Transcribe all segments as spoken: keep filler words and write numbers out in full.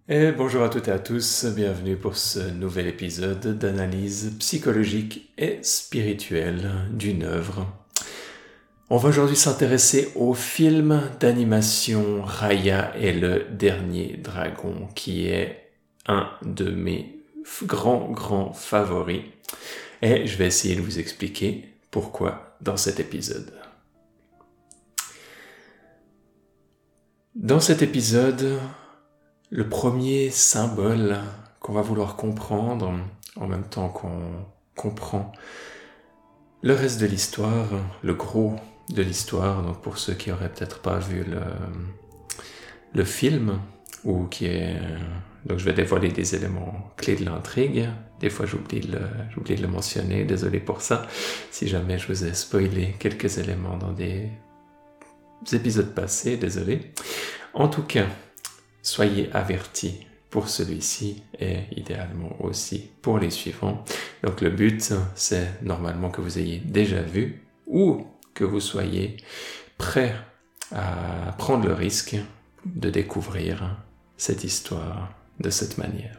Et bonjour à toutes et à tous, bienvenue pour ce nouvel épisode d'analyse psychologique et spirituelle d'une œuvre. On va aujourd'hui s'intéresser au film d'animation Raya et le dernier dragon, qui est un de mes grands, grands favoris. Et je vais essayer de vous expliquer pourquoi dans cet épisode. Dans cet épisode, le premier symbole qu'on va vouloir comprendre, en même temps qu'on comprend le reste de l'histoire, le gros de l'histoire, donc pour ceux qui auraient peut-être pas vu le, le film, ou qui est... Donc je vais dévoiler des éléments clés de l'intrigue. Des fois j'oublie de, le, j'oublie de le mentionner, désolé pour ça, si jamais je vous ai spoilé quelques éléments dans des épisodes passés, désolé. En tout cas, soyez avertis pour celui-ci et idéalement aussi pour les suivants. Donc le but, c'est normalement que vous ayez déjà vu ou que vous soyez prêts à prendre le risque de découvrir cette histoire de cette manière.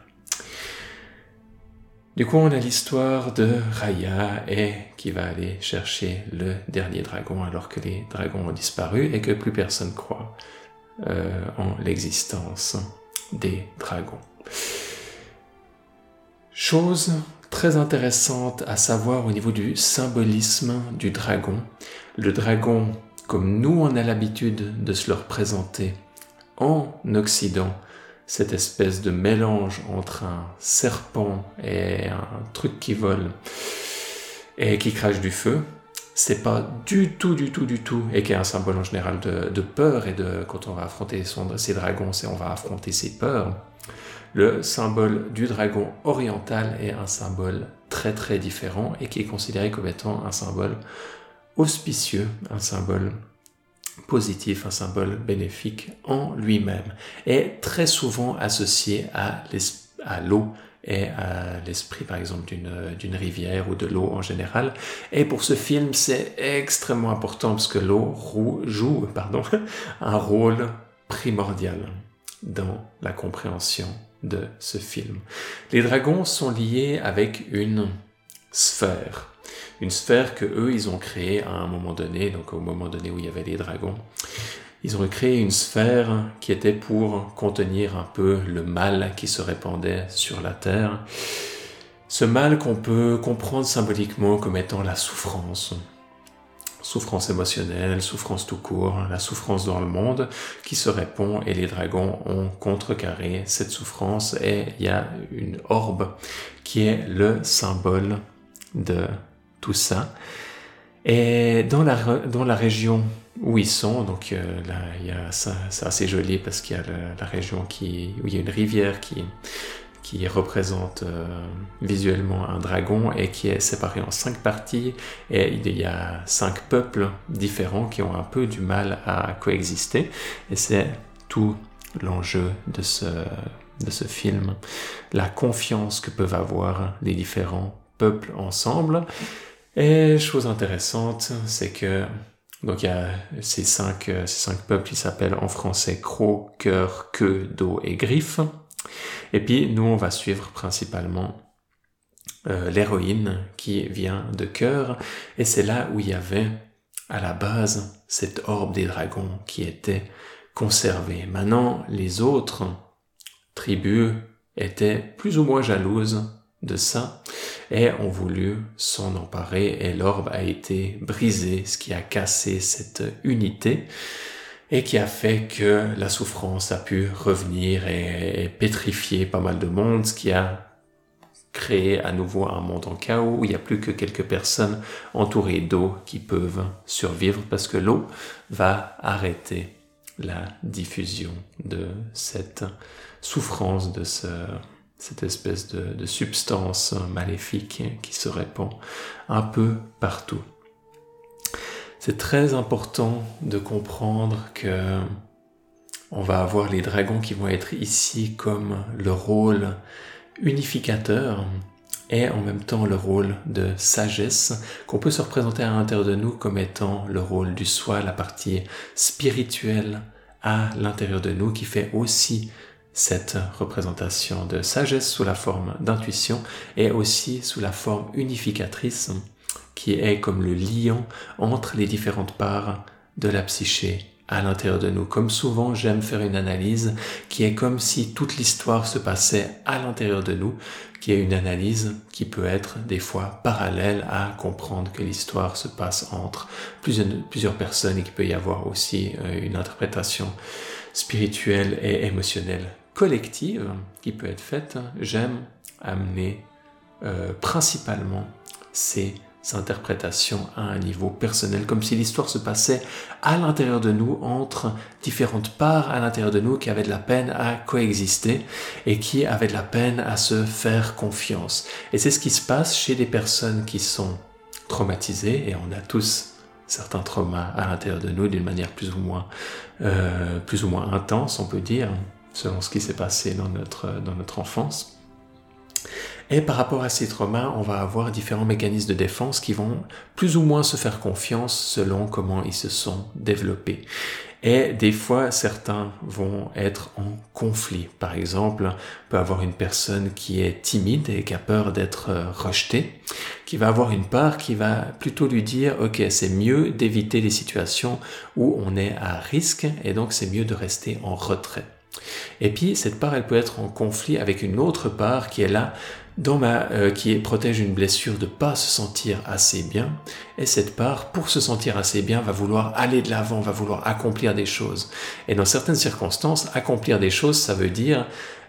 Du coup, on a l'histoire de Raya et qui va aller chercher le dernier dragon alors que les dragons ont disparu et que plus personne croit euh, en l'existence des dragons. Chose très intéressante à savoir au niveau du symbolisme du dragon. Le dragon, comme nous on a l'habitude de se le représenter en Occident, cette espèce de mélange entre un serpent et un truc qui vole et qui crache du feu, c'est pas du tout, du tout, du tout, et qui est un symbole en général de, de peur, et de quand on va affronter son, ses dragons, c'est on va affronter ses peurs. Le symbole du dragon oriental est un symbole très très différent et qui est considéré comme étant un symbole auspicieux, un symbole positif, un symbole bénéfique en lui-même, et très souvent associé à, à l'eau et à l'esprit par exemple d'une, d'une rivière ou de l'eau en général. Et pour ce film, c'est extrêmement important parce que l'eau joue pardon, un rôle primordial dans la compréhension de ce film. Les dragons sont liés avec une sphère. Une sphère que eux, ils ont créée à un moment donné, donc au moment donné où il y avait les dragons. Ils ont créé une sphère qui était pour contenir un peu le mal qui se répandait sur la terre. Ce mal qu'on peut comprendre symboliquement comme étant la souffrance. Souffrance émotionnelle, souffrance tout court, la souffrance dans le monde qui se répand, et les dragons ont contrecarré cette souffrance, et il y a une orbe qui est le symbole de tout ça. Et dans la, dans la région où ils sont, donc euh, là, il y a ça, c'est assez joli parce qu'il y a le, la région qui, où il y a une rivière qui, qui représente euh, visuellement un dragon et qui est séparée en cinq parties, et il y a cinq peuples différents qui ont un peu du mal à coexister, et c'est tout l'enjeu de ce, de ce film, la confiance que peuvent avoir les différents peuples ensemble. Et chose intéressante, c'est que donc il y a ces cinq, ces cinq peuples qui s'appellent en français croc, cœur, queue, dos et griffe. Et puis nous on va suivre principalement euh, l'héroïne qui vient de cœur, et c'est là où il y avait à la base cette orbe des dragons qui était conservée. Maintenant les autres tribus étaient plus ou moins jalouses de ça et ont voulu s'en emparer, et l'orbe a été brisée, ce qui a cassé cette unité et qui a fait que la souffrance a pu revenir et, et pétrifier pas mal de monde, ce qui a créé à nouveau un monde en chaos où il n'y a plus que quelques personnes entourées d'eau qui peuvent survivre, parce que l'eau va arrêter la diffusion de cette souffrance, de ce cette espèce de, de substance maléfique qui se répand un peu partout. C'est très important de comprendre que on va avoir les dragons qui vont être ici comme le rôle unificateur et en même temps le rôle de sagesse qu'on peut se représenter à l'intérieur de nous comme étant le rôle du soi, la partie spirituelle à l'intérieur de nous qui fait aussi cette représentation de sagesse sous la forme d'intuition et aussi sous la forme unificatrice qui est comme le liant entre les différentes parts de la psyché à l'intérieur de nous. Comme souvent, j'aime faire une analyse qui est comme si toute l'histoire se passait à l'intérieur de nous, qui est une analyse qui peut être des fois parallèle à comprendre que l'histoire se passe entre plusieurs, plusieurs personnes et qu'il peut y avoir aussi une interprétation spirituelle et émotionnelle collective qui peut être faite. J'aime amener euh, principalement ces interprétations à un niveau personnel, comme si l'histoire se passait à l'intérieur de nous, entre différentes parts à l'intérieur de nous qui avaient de la peine à coexister et qui avaient de la peine à se faire confiance. Et c'est ce qui se passe chez des personnes qui sont traumatisées, et on a tous certains traumas à l'intérieur de nous d'une manière plus ou moins, euh, plus ou moins intense, on peut dire, selon ce qui s'est passé dans notre, dans notre enfance. Et par rapport à ces traumas, on va avoir différents mécanismes de défense qui vont plus ou moins se faire confiance selon comment ils se sont développés. Et des fois, certains vont être en conflit. Par exemple, on peut avoir une personne qui est timide et qui a peur d'être rejetée, qui va avoir une part qui va plutôt lui dire « Ok, c'est mieux d'éviter les situations où on est à risque et donc c'est mieux de rester en retrait. » Et puis, cette part, elle peut être en conflit avec une autre part qui est là, dans ma, euh, qui protège une blessure de ne pas se sentir assez bien. Et cette part, pour se sentir assez bien, va vouloir aller de l'avant, va vouloir accomplir des choses. Et dans certaines circonstances, accomplir des choses, ça veut dire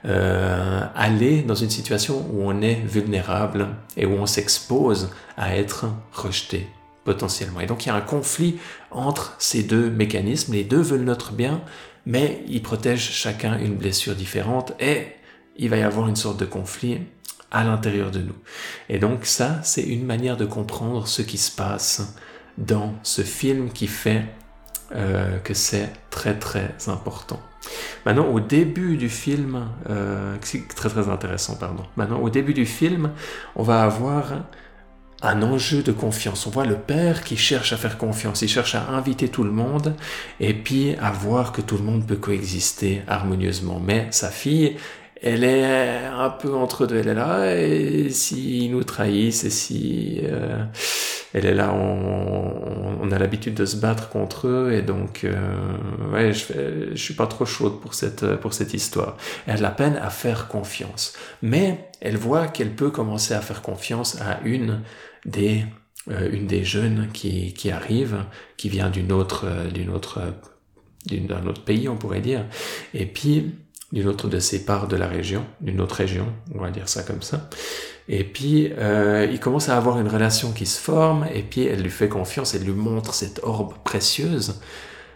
euh, aller dans une situation où on est vulnérable et où on s'expose à être rejeté potentiellement. Et donc, il y a un conflit entre ces deux mécanismes. Les deux veulent notre bien, mais ils protègent chacun une blessure différente et il va y avoir une sorte de conflit à l'intérieur de nous. Et donc ça, c'est une manière de comprendre ce qui se passe dans ce film qui fait euh, que c'est très très important. Maintenant, au début du film, euh, c'est très très intéressant, pardon. Maintenant, au début du film, on va avoir un enjeu de confiance. On voit le père qui cherche à faire confiance, il cherche à inviter tout le monde et puis à voir que tout le monde peut coexister harmonieusement. Mais sa fille, elle est un peu entre deux, elle est là, et s'ils nous trahissent, et si euh, elle est là, on, on a l'habitude de se battre contre eux, et donc, euh, ouais, je, fais, je suis pas trop chaude pour cette, pour cette histoire. Elle a de la peine à faire confiance. Mais elle voit qu'elle peut commencer à faire confiance à une des, euh, une des jeunes qui, qui arrive, qui vient d'une autre, d'une autre, d'une, d'un autre pays, on pourrait dire, et puis, d'une autre de ses parts de la région, d'une autre région, on va dire ça comme ça. Et puis, euh, il commence à avoir une relation qui se forme, et puis elle lui fait confiance, elle lui montre cette orbe précieuse,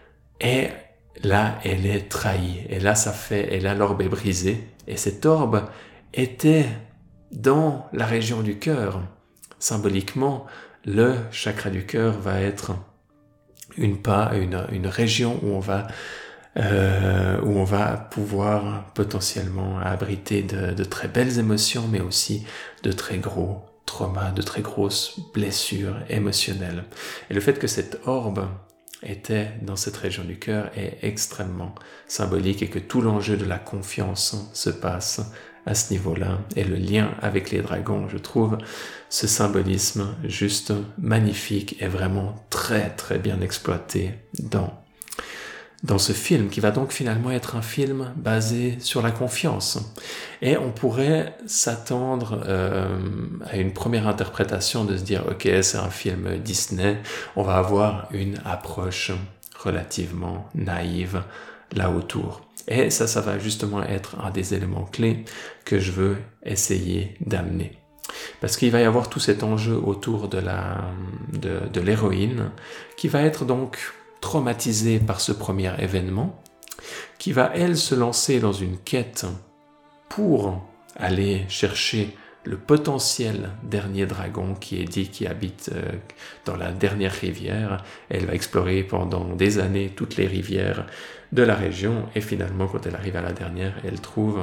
et là, elle est trahie. Et là, ça fait, et là, l'orbe est brisée. Et cette orbe était dans la région du cœur. Symboliquement, le chakra du cœur va être une part, une, une région où on va Euh, où on va pouvoir potentiellement abriter de, de très belles émotions, mais aussi de très gros traumas, de très grosses blessures émotionnelles. Et le fait que cette orbe était dans cette région du cœur est extrêmement symbolique et que tout l'enjeu de la confiance se passe à ce niveau-là. Et le lien avec les dragons, je trouve ce symbolisme juste magnifique et vraiment très très bien exploité dans dans ce film, qui va donc finalement être un film basé sur la confiance. Et on pourrait s'attendre euh, à une première interprétation de se dire « Ok, c'est un film Disney, on va avoir une approche relativement naïve là autour. » Et ça, ça va justement être un des éléments clés que je veux essayer d'amener. Parce qu'il va y avoir tout cet enjeu autour de la, de, de l'héroïne, qui va être donc traumatisée par ce premier événement, qui va, elle, se lancer dans une quête pour aller chercher le potentiel dernier dragon qui est dit qui habite euh, dans la dernière rivière. Elle va explorer pendant des années toutes les rivières de la région et finalement, quand elle arrive à la dernière, elle trouve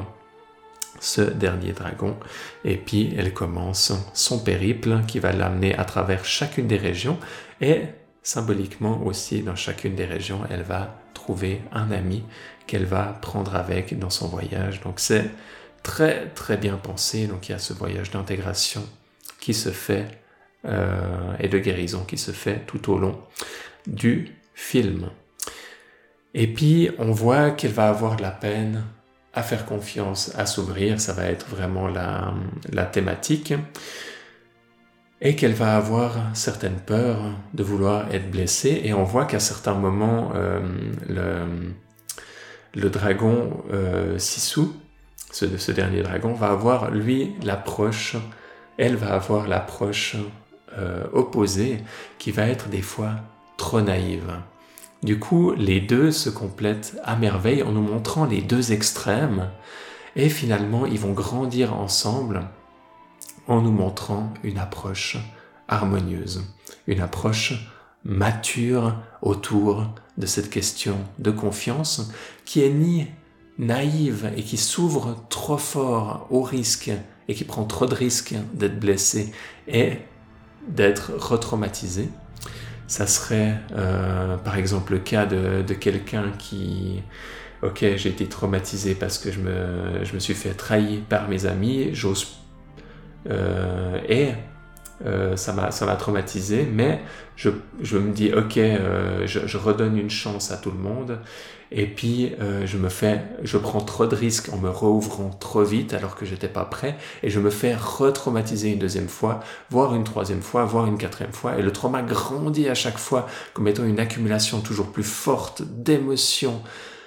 ce dernier dragon et puis elle commence son périple qui va l'amener à travers chacune des régions et symboliquement aussi, dans chacune des régions, elle va trouver un ami qu'elle va prendre avec dans son voyage. Donc c'est très très bien pensé. Donc il y a ce voyage d'intégration qui se fait euh, et de guérison qui se fait tout au long du film. Et puis on voit qu'elle va avoir de la peine à faire confiance, à s'ouvrir, ça va être vraiment la, la thématique, et qu'elle va avoir certaines peurs de vouloir être blessée, et on voit qu'à certains moments, euh, le, le dragon euh, Sisu, ce, ce dernier dragon, va avoir, lui, l'approche, elle va avoir l'approche euh, opposée, qui va être des fois trop naïve. Du coup, les deux se complètent à merveille en nous montrant les deux extrêmes et finalement, ils vont grandir ensemble en nous montrant une approche harmonieuse, une approche mature autour de cette question de confiance qui est ni naïve et qui s'ouvre trop fort au risque et qui prend trop de risques d'être blessé et d'être retraumatisé. Ça serait euh, par exemple le cas de, de quelqu'un qui, ok, j'ai été traumatisé parce que je me, je me suis fait trahir par mes amis, j'ose, euh, et euh, ça m'a, ça m'a traumatisé, mais je, je me dis, ok, euh, je, je redonne une chance à tout le monde, et puis euh, je me fais, je prends trop de risques en me rouvrant trop vite alors que j'étais pas prêt, et je me fais retraumatiser une deuxième fois, voire une troisième fois, voire une quatrième fois, et le trauma grandit à chaque fois comme étant une accumulation toujours plus forte d'émotions,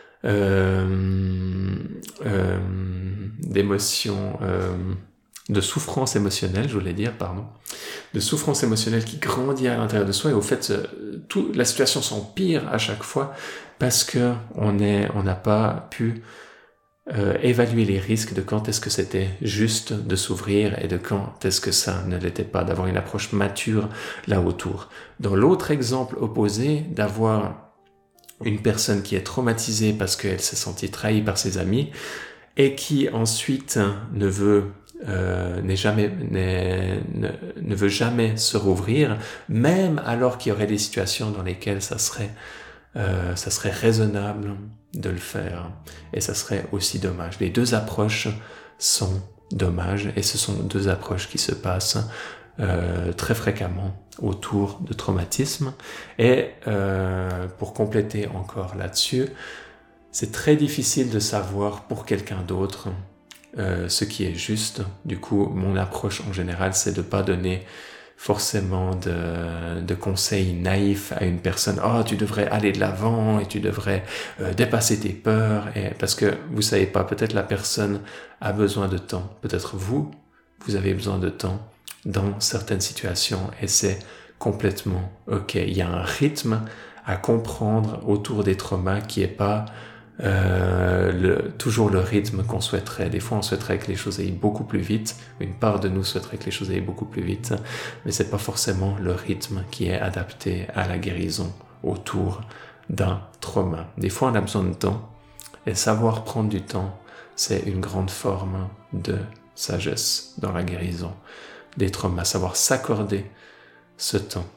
euh, euh, d'émotions, euh, de souffrance émotionnelle, je voulais dire, pardon, de souffrance émotionnelle qui grandit à l'intérieur de soi, et au fait, tout, la situation s'empire à chaque fois parce que on est, on n'a pas pu euh, évaluer les risques de quand est-ce que c'était juste de s'ouvrir et de quand est-ce que ça ne l'était pas, d'avoir une approche mature là autour. Dans l'autre exemple opposé, d'avoir une personne qui est traumatisée parce qu'elle s'est sentie trahie par ses amis et qui ensuite ne veut Euh, n'est jamais, n'est, ne, ne veut jamais se rouvrir, même alors qu'il y aurait des situations dans lesquelles ça serait, euh, ça serait raisonnable de le faire. Et ça serait aussi dommage. Les deux approches sont dommages, et ce sont deux approches qui se passent euh, très fréquemment autour de traumatisme. Et euh, pour compléter encore là-dessus, c'est très difficile de savoir pour quelqu'un d'autre Euh, ce qui est juste. Du coup, mon approche en général, c'est de pas donner forcément de, de conseils naïfs à une personne. Oh, tu devrais aller de l'avant et tu devrais euh, dépasser tes peurs. Et parce que vous savez pas, peut-être la personne a besoin de temps. Peut-être vous, vous avez besoin de temps dans certaines situations, et c'est complètement ok. Il y a un rythme à comprendre autour des traumas qui est pas Euh, le, toujours le rythme qu'on souhaiterait. Des fois on souhaiterait que les choses aillent beaucoup plus vite, une part de nous souhaiterait que les choses aillent beaucoup plus vite, mais c'est pas forcément le rythme qui est adapté à la guérison autour d'un trauma. Des fois on a besoin de temps, et savoir prendre du temps, c'est une grande forme de sagesse dans la guérison des traumas, savoir s'accorder ce temps.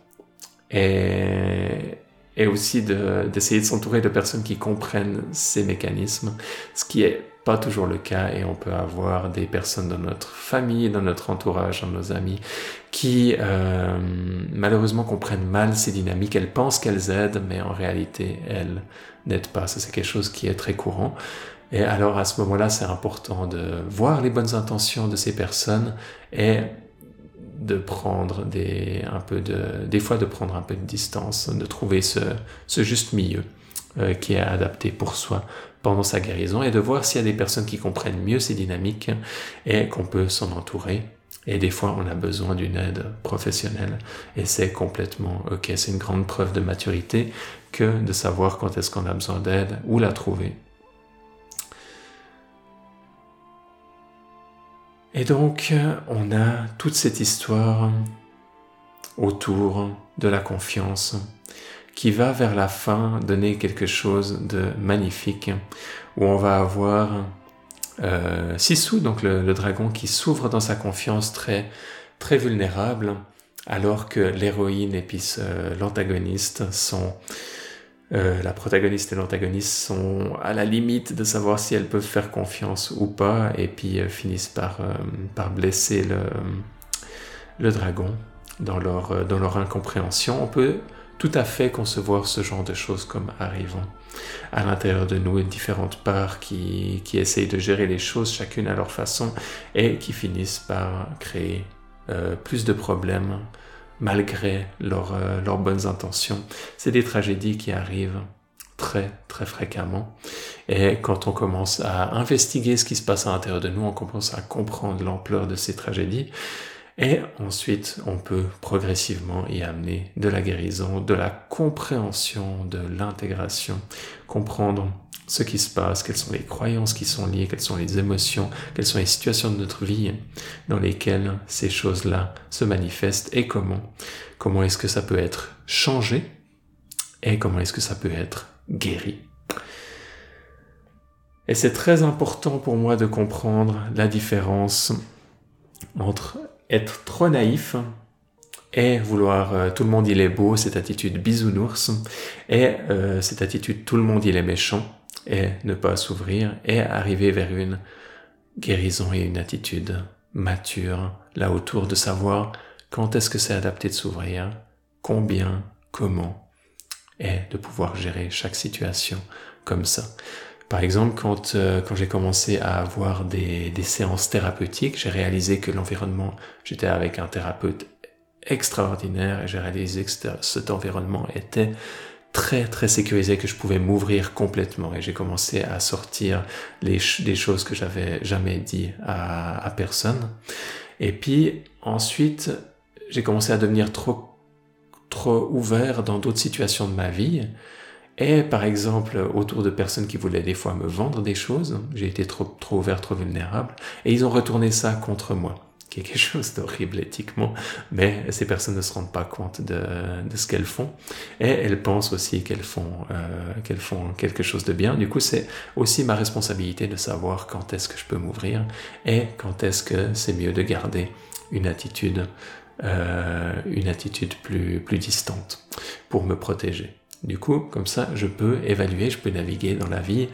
Et et aussi de, d'essayer de s'entourer de personnes qui comprennent ces mécanismes, ce qui est pas toujours le cas, et on peut avoir des personnes dans notre famille, dans notre entourage, dans nos amis, qui euh, malheureusement comprennent mal ces dynamiques. Elles pensent qu'elles aident, mais en réalité, elles n'aident pas. Ça, c'est quelque chose qui est très courant. Et alors, à ce moment-là, c'est important de voir les bonnes intentions de ces personnes et de prendre des, un peu de, des fois de prendre un peu de distance, de trouver ce, ce juste milieu euh, qui est adapté pour soi pendant sa guérison, et de voir s'il y a des personnes qui comprennent mieux ces dynamiques et qu'on peut s'en entourer. Et des fois, on a besoin d'une aide professionnelle, et c'est complètement ok. C'est une grande preuve de maturité que de savoir quand est-ce qu'on a besoin d'aide, où la trouver. Et donc, on a toute cette histoire autour de la confiance qui va vers la fin donner quelque chose de magnifique, où on va avoir euh, Sisu, donc le, le dragon qui s'ouvre dans sa confiance très, très vulnérable, alors que l'héroïne et puis euh, l'antagoniste sont... Euh, la protagoniste et l'antagoniste sont à la limite de savoir si elles peuvent faire confiance ou pas, et puis euh, finissent par, euh, par blesser le, le dragon dans leur, euh, dans leur incompréhension. On peut tout à fait concevoir ce genre de choses comme arrivant à l'intérieur de nous, différentes parts qui, qui essayent de gérer les choses chacune à leur façon et qui finissent par créer euh, plus de problèmes malgré leur, euh, leurs bonnes intentions. C'est des tragédies qui arrivent très très fréquemment, et quand on commence à investiguer ce qui se passe à l'intérieur de nous, on commence à comprendre l'ampleur de ces tragédies, et ensuite on peut progressivement y amener de la guérison, de la compréhension, de l'intégration, comprendre ce qui se passe, quelles sont les croyances qui sont liées, quelles sont les émotions, quelles sont les situations de notre vie dans lesquelles ces choses-là se manifestent, et comment, comment est-ce que ça peut être changé, et comment est-ce que ça peut être guéri. Et c'est très important pour moi de comprendre la différence entre être trop naïf et vouloir euh, tout le monde il est beau, cette attitude bisounours, et euh, cette attitude tout le monde il est méchant, et ne pas s'ouvrir et arriver vers une guérison et une attitude mature là autour, de savoir quand est-ce que c'est adapté de s'ouvrir, combien, comment, et de pouvoir gérer chaque situation comme ça. Par exemple, quand, euh, quand j'ai commencé à avoir des, des séances thérapeutiques, j'ai réalisé que l'environnement, j'étais avec un thérapeute extraordinaire, et j'ai réalisé que cet environnement était très très sécurisé, que je pouvais m'ouvrir complètement, et j'ai commencé à sortir les ch- des choses que j'avais jamais dit à, à personne. Et puis ensuite, j'ai commencé à devenir trop trop ouvert dans d'autres situations de ma vie, et par exemple autour de personnes qui voulaient des fois me vendre des choses, j'ai été trop trop ouvert, trop vulnérable, et ils ont retourné ça contre moi, qui est quelque chose d'horrible éthiquement, mais ces personnes ne se rendent pas compte de, de ce qu'elles font, et elles pensent aussi qu'elles font, euh, qu'elles font quelque chose de bien. Du coup, c'est aussi ma responsabilité de savoir quand est-ce que je peux m'ouvrir, et quand est-ce que c'est mieux de garder une attitude, euh, une attitude plus, plus distante pour me protéger. Du coup, comme ça, je peux évaluer, je peux naviguer dans la vie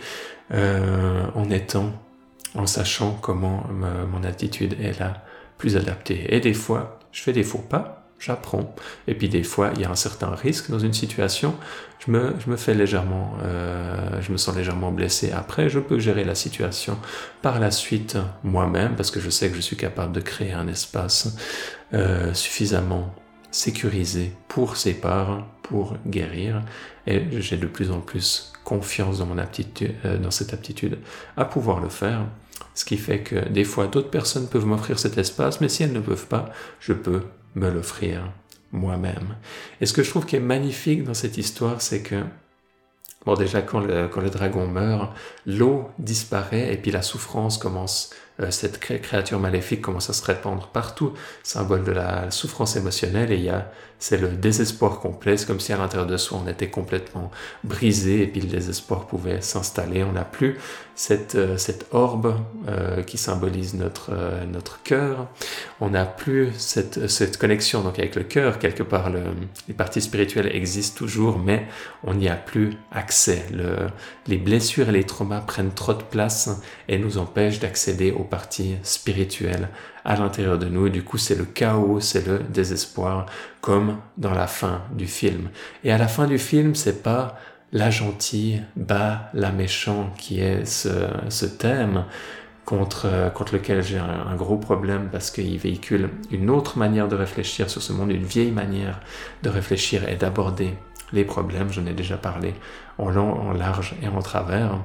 euh, en étant, en sachant comment me, mon attitude est là, plus adapté. Et des fois, je fais des faux pas, j'apprends. Et puis des fois, il y a un certain risque dans une situation, je me, je me fais légèrement, euh, je me sens légèrement blessé. Après, je peux gérer la situation par la suite moi-même, parce que je sais que je suis capable de créer un espace euh, suffisamment sécurisé pour ces parts, pour guérir. Et j'ai de plus en plus confiance dans mon aptitude, euh, dans cette aptitude à pouvoir le faire. Ce qui fait que des fois, d'autres personnes peuvent m'offrir cet espace, mais si elles ne peuvent pas, je peux me l'offrir moi-même. Et ce que je trouve qui est magnifique dans cette histoire, c'est que, bon, déjà, quand le, quand le dragon meurt, l'eau disparaît, et puis la souffrance commence, euh, cette créature maléfique commence à se répandre partout, symbole de la souffrance émotionnelle, et il y a, c'est le désespoir complet, c'est comme si à l'intérieur de soi on était complètement brisé, et puis le désespoir pouvait s'installer. On n'a plus cette, euh, cette orbe euh, qui symbolise notre, euh, notre cœur, on n'a plus cette, cette connexion donc avec le cœur, quelque part le, les parties spirituelles existent toujours, mais on n'y a plus accès. Le, les blessures et les traumas prennent trop de place et nous empêchent d'accéder aux parties spirituelles à l'intérieur de nous, et du coup c'est le chaos, c'est le désespoir, comme dans la fin du film. Et à la fin du film, c'est pas la gentille bat la méchante qui est ce, ce thème contre, contre lequel j'ai un, un gros problème, parce qu'il véhicule une autre manière de réfléchir sur ce monde, une vieille manière de réfléchir et d'aborder les problèmes. J'en ai déjà parlé en long, en large et en travers.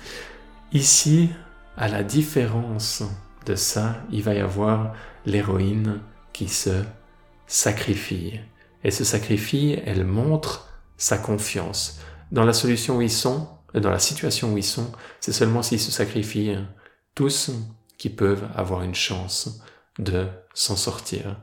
Ici, à la différence de ça, il va y avoir l'héroïne qui se sacrifie. Et se sacrifie, elle montre sa confiance. Dans la solution où ils sont, dans la situation où ils sont, c'est seulement s'ils se sacrifient tous qui peuvent avoir une chance de s'en sortir.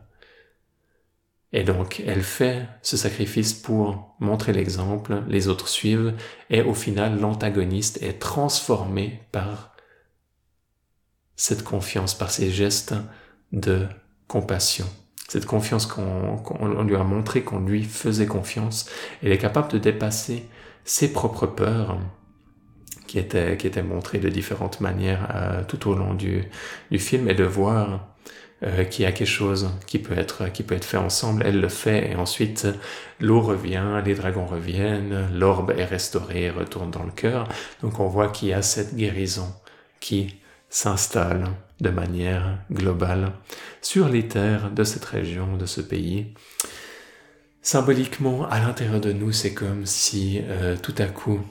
Et donc, elle fait ce sacrifice pour montrer l'exemple, les autres suivent, et au final, l'antagoniste est transformé par cette confiance, par ces gestes de compassion cette confiance qu'on, qu'on lui a montré, qu'on lui faisait confiance. Il est capable de dépasser ses propres peurs qui étaient, qui étaient montrées de différentes manières euh, tout au long du, du film, et de voir euh, qu'il y a quelque chose qui peut être, qui peut être fait ensemble. Elle le fait, et ensuite l'eau revient, les dragons reviennent, l'orbe est restauré, retourne dans le cœur. Donc on voit qu'il y a cette guérison qui s'installe de manière globale sur les terres de cette région, de ce pays. Symboliquement, à l'intérieur de nous, c'est comme si euh, tout à coup,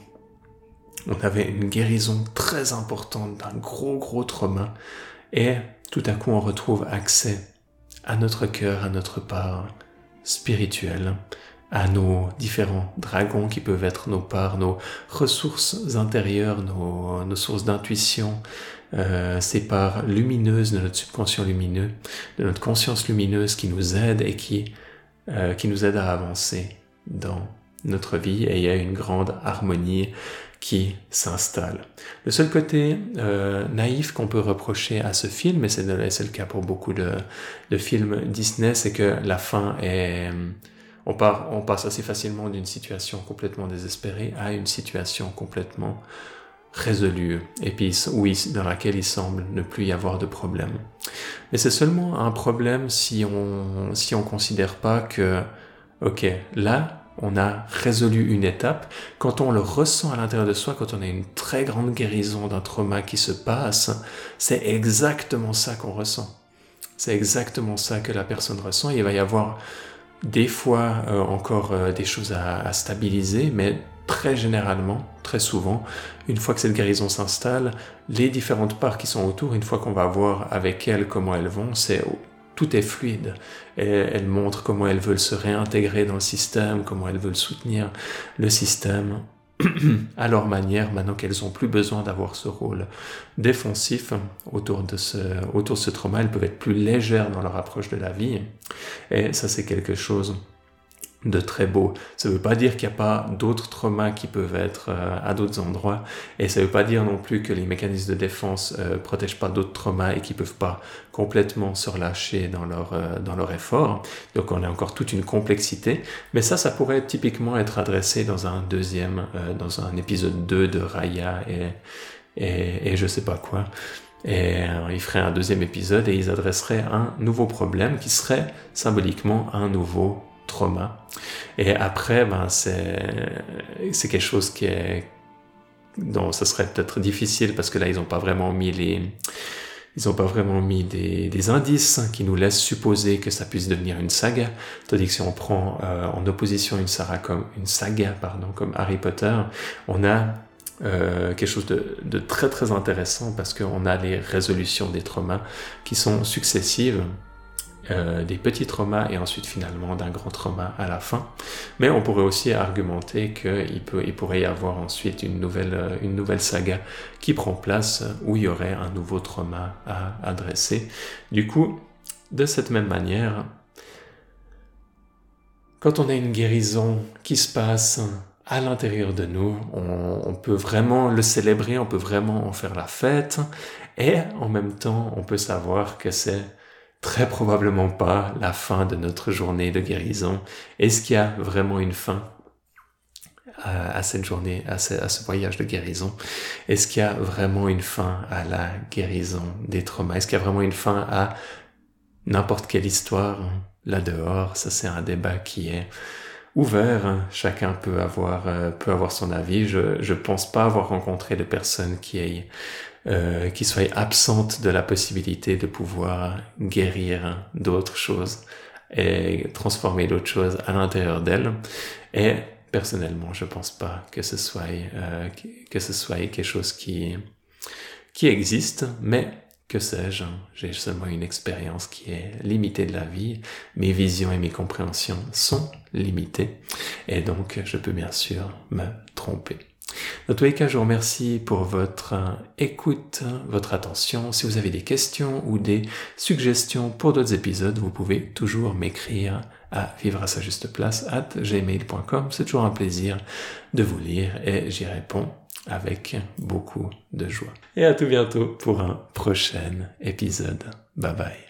on avait une guérison très importante d'un gros gros trauma, et tout à coup on retrouve accès à notre cœur, à notre part spirituelle, à nos différents dragons qui peuvent être nos parts, nos ressources intérieures, nos, nos sources d'intuition, euh, ces parts lumineuses de notre subconscient lumineux, de notre conscience lumineuse qui nous aident et qui, euh, qui nous aident à avancer dans notre vie, et il y a une grande harmonie qui s'installe. Le seul côté euh, naïf qu'on peut reprocher à ce film, et c'est, de, c'est le cas pour beaucoup de, de films Disney, c'est que la fin est... On, part, on passe assez facilement d'une situation complètement désespérée à une situation complètement résolue, et puis où il, dans laquelle il semble ne plus y avoir de problème. Mais c'est seulement un problème si on si on considère pas que, ok, là, on a résolu une étape. Quand on le ressent à l'intérieur de soi, quand on a une très grande guérison d'un trauma qui se passe, c'est exactement ça qu'on ressent. C'est exactement ça que la personne ressent. Il va y avoir des fois euh, encore euh, des choses à, à stabiliser, mais très généralement, très souvent, une fois que cette guérison s'installe, les différentes parts qui sont autour, une fois qu'on va voir avec elles comment elles vont, c'est tout est fluide. Et elles montrent comment elles veulent se réintégrer dans le système, comment elles veulent soutenir le système à leur manière, maintenant qu'elles n'ont plus besoin d'avoir ce rôle défensif autour de ce, autour de ce trauma. Elles peuvent être plus légères dans leur approche de la vie. Et ça, c'est quelque chose de très beau. Ça ne veut pas dire qu'il n'y a pas d'autres traumas qui peuvent être euh, à d'autres endroits, et ça ne veut pas dire non plus que les mécanismes de défense ne euh, protègent pas d'autres traumas et qu'ils ne peuvent pas complètement se relâcher dans leur, euh, dans leur effort. Donc on a encore toute une complexité, mais ça, ça pourrait typiquement être adressé dans un deuxième, euh, dans un épisode deux de Raya et, et, et je sais pas quoi. Et euh, ils feraient un deuxième épisode et ils adresseraient un nouveau problème qui serait symboliquement un nouveau trauma. Et après, ben, c'est, c'est quelque chose qui est, dont ça serait peut-être difficile parce que là, ils n'ont pas vraiment mis les, ils n'ont pas vraiment mis des, des indices qui nous laissent supposer que ça puisse devenir une saga. Tandis que si on prend euh, en opposition une saga comme, une saga, pardon, comme Harry Potter, on a Euh, quelque chose de, de très très intéressant parce qu'on a les résolutions des traumas qui sont successives, euh, des petits traumas et ensuite finalement d'un grand trauma à la fin. Mais on pourrait aussi argumenter qu'il peut, il pourrait y avoir ensuite une nouvelle, une nouvelle saga qui prend place où il y aurait un nouveau trauma à adresser. Du coup, de cette même manière, quand on a une guérison qui se passe à l'intérieur de nous, on, on peut vraiment le célébrer, on peut vraiment en faire la fête, et en même temps, on peut savoir que c'est très probablement pas la fin de notre journée de guérison. Est-ce qu'il y a vraiment une fin à, à cette journée, à ce, à ce voyage de guérison? Est-ce qu'il y a vraiment une fin à la guérison des traumas? Est-ce qu'il y a vraiment une fin à n'importe quelle histoire là dehors? Ça, c'est un débat qui est ouvert, chacun peut avoir euh, peut avoir son avis. Je je pense pas avoir rencontré de personnes qui aient euh, qui soient absentes de la possibilité de pouvoir guérir d'autres choses et transformer d'autres choses à l'intérieur d'elles. Et personnellement, je pense pas que ce soit euh, que ce soit quelque chose qui qui existe, mais que sais-je, j'ai seulement une expérience qui est limitée de la vie, mes visions et mes compréhensions sont limitées, et donc je peux bien sûr me tromper. Dans tous les cas, je vous remercie pour votre écoute, votre attention. Si vous avez des questions ou des suggestions pour d'autres épisodes, vous pouvez toujours m'écrire à vivre à sa juste place arobase gmail point com. C'est toujours un plaisir de vous lire et j'y réponds avec beaucoup de joie. Et à tout bientôt pour un prochain épisode. Bye bye.